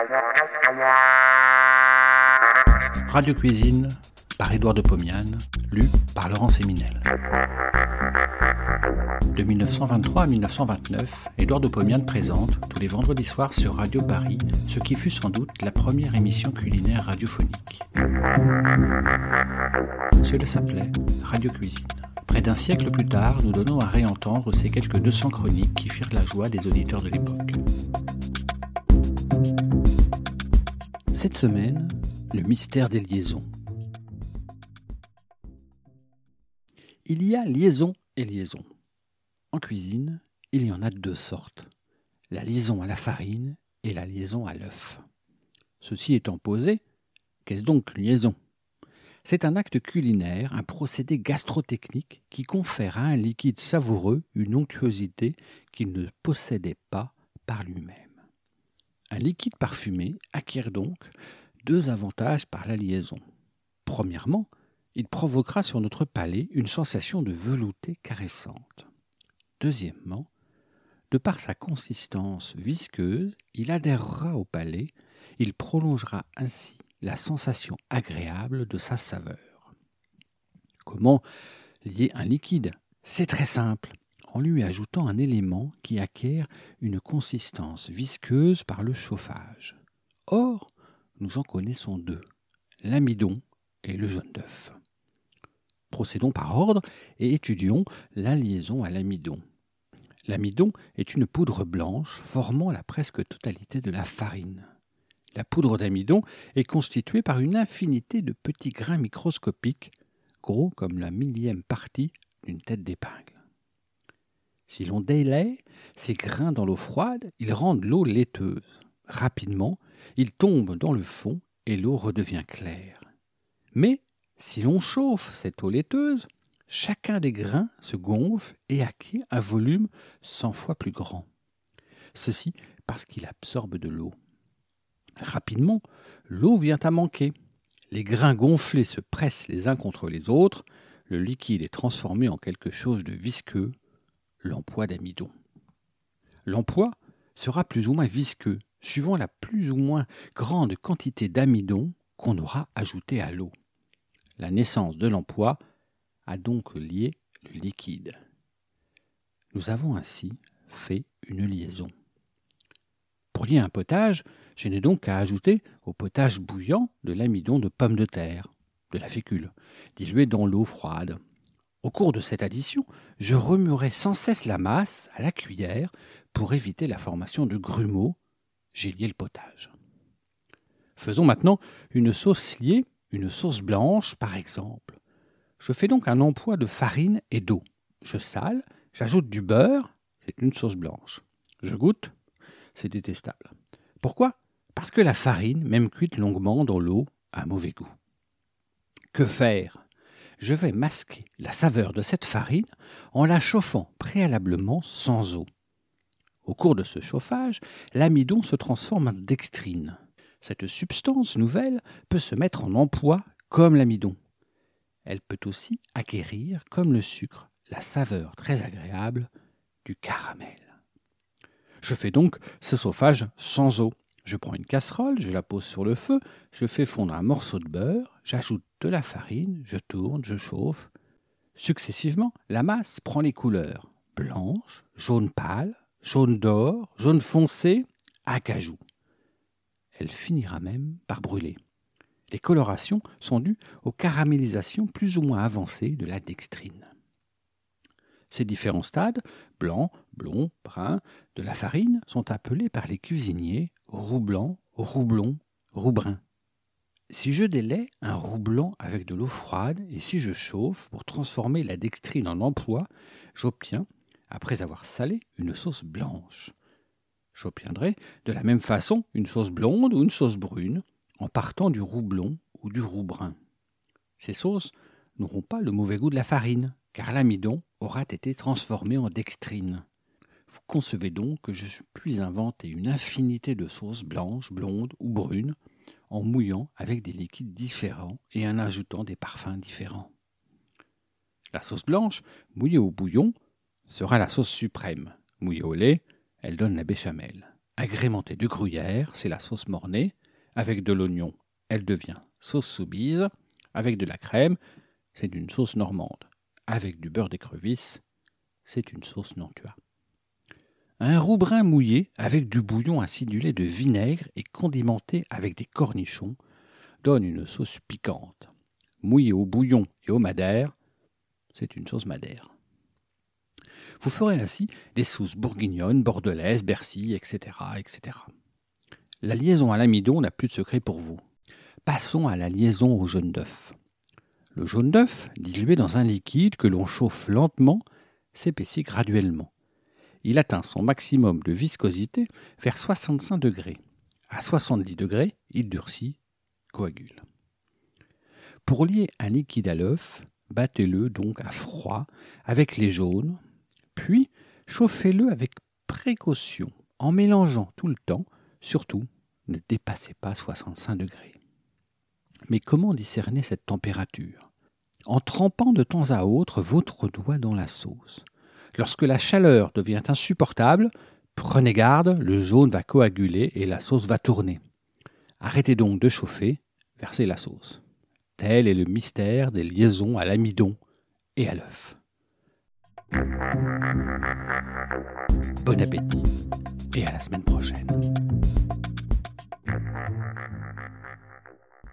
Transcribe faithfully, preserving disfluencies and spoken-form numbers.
Radio Cuisine par Édouard de Pomian, lu par Laurent Séminel. De mille neuf cent vingt-trois à mille neuf cent vingt-neuf, Édouard de Pomian présente, tous les vendredis soirs sur Radio Paris, ce qui fut sans doute la première émission culinaire radiophonique. Cela s'appelait Radio Cuisine. Près d'un siècle plus tard, nous donnons à réentendre ces quelques deux cents chroniques qui firent la joie des auditeurs de l'époque. Cette semaine, le mystère des liaisons. Il y a liaison et liaison. En cuisine, il y en a deux sortes. La liaison à la farine et la liaison à l'œuf. Ceci étant posé, qu'est-ce donc une liaison ? C'est un acte culinaire, un procédé gastrotechnique qui confère à un liquide savoureux une onctuosité qu'il ne possédait pas par lui-même. Un liquide parfumé acquiert donc deux avantages par la liaison. Premièrement, il provoquera sur notre palais une sensation de velouté caressante. Deuxièmement, de par sa consistance visqueuse, il adhérera au palais, il prolongera ainsi la sensation agréable de sa saveur. Comment lier un liquide ? C'est très simple, en lui ajoutant un élément qui acquiert une consistance visqueuse par le chauffage. Or, nous en connaissons deux, l'amidon et le jaune d'œuf. Procédons par ordre et étudions la liaison à l'amidon. L'amidon est une poudre blanche formant la presque totalité de la farine. La poudre d'amidon est constituée par une infinité de petits grains microscopiques, gros comme la millième partie d'une tête d'épingle. Si l'on délaie ces grains dans l'eau froide, ils rendent l'eau laiteuse. Rapidement, ils tombent dans le fond et l'eau redevient claire. Mais si l'on chauffe cette eau laiteuse, chacun des grains se gonfle et acquiert un volume cent fois plus grand. Ceci parce qu'il absorbe de l'eau. Rapidement, l'eau vient à manquer. Les grains gonflés se pressent les uns contre les autres. Le liquide est transformé en quelque chose de visqueux, l'empois d'amidon. L'empois sera plus ou moins visqueux, suivant la plus ou moins grande quantité d'amidon qu'on aura ajouté à l'eau. La naissance de l'empois a donc lié le liquide. Nous avons ainsi fait une liaison. Pour lier un potage, je n'ai donc qu'à ajouter au potage bouillant de l'amidon de pomme de terre, de la fécule, diluée dans l'eau froide. Au cours de cette addition, je remuerai sans cesse la masse à la cuillère pour éviter la formation de grumeaux. J'ai lié le potage. Faisons maintenant une sauce liée, une sauce blanche par exemple. Je fais donc un empois de farine et d'eau. Je sale, j'ajoute du beurre, c'est une sauce blanche. Je goûte, c'est détestable. Pourquoi ? Parce que la farine, même cuite longuement dans l'eau, a mauvais goût. Que faire ? Je vais masquer la saveur de cette farine en la chauffant préalablement sans eau. Au cours de ce chauffage, l'amidon se transforme en dextrine. Cette substance nouvelle peut se mettre en empois comme l'amidon. Elle peut aussi acquérir, comme le sucre, la saveur très agréable du caramel. Je fais donc ce chauffage sans eau. Je prends une casserole, je la pose sur le feu, je fais fondre un morceau de beurre, j'ajoute de la farine, je tourne, je chauffe. Successivement, la masse prend les couleurs blanche, jaune pâle, jaune d'or, jaune foncé, acajou. Elle finira même par brûler. Les colorations sont dues aux caramélisations plus ou moins avancées de la dextrine. Ces différents stades, blanc, blond, brun, de la farine, sont appelés par les cuisiniers roux blanc, roux blond, roux brun. Si je délaie un roux blanc avec de l'eau froide et si je chauffe pour transformer la dextrine en empois, j'obtiens, après avoir salé, une sauce blanche. J'obtiendrai de la même façon une sauce blonde ou une sauce brune en partant du roux blond ou du roux brun. Ces sauces n'auront pas le mauvais goût de la farine, car l'amidon aura été transformé en dextrine. Vous concevez donc que je puis inventer une infinité de sauces blanches, blondes ou brunes en mouillant avec des liquides différents et en ajoutant des parfums différents. La sauce blanche, mouillée au bouillon, sera la sauce suprême. Mouillée au lait, elle donne la béchamel. agrémentée de gruyère, c'est la sauce Mornay. Avec de l'oignon, elle devient sauce Soubise. Avec de la crème, c'est une sauce normande. Avec du beurre d'écrevisse, c'est une sauce Nantua. Un roux brun mouillé avec du bouillon acidulé de vinaigre et condimenté avec des cornichons donne une sauce piquante. Mouillé au bouillon et au madère, c'est une sauce madère. Vous ferez ainsi des sauces bourguignonnes, bordelaises, Bercy, et cetera, et cetera. La liaison à l'amidon n'a plus de secret pour vous. Passons à la liaison au jaune d'œuf. Le jaune d'œuf, dilué dans un liquide que l'on chauffe lentement, s'épaissit graduellement. Il atteint son maximum de viscosité vers soixante-cinq degrés. À soixante-dix degrés, il durcit, coagule. Pour lier un liquide à l'œuf, battez-le donc à froid avec les jaunes, puis chauffez-le avec précaution en mélangeant tout le temps. Surtout, ne dépassez pas soixante-cinq degrés. Mais comment discerner cette température ? En trempant de temps à autre votre doigt dans la sauce. Lorsque la chaleur devient insupportable, prenez garde, le jaune va coaguler et la sauce va tourner. Arrêtez donc de chauffer, versez la sauce. Tel est le mystère des liaisons à l'amidon et à l'œuf. Bon appétit et à la semaine prochaine.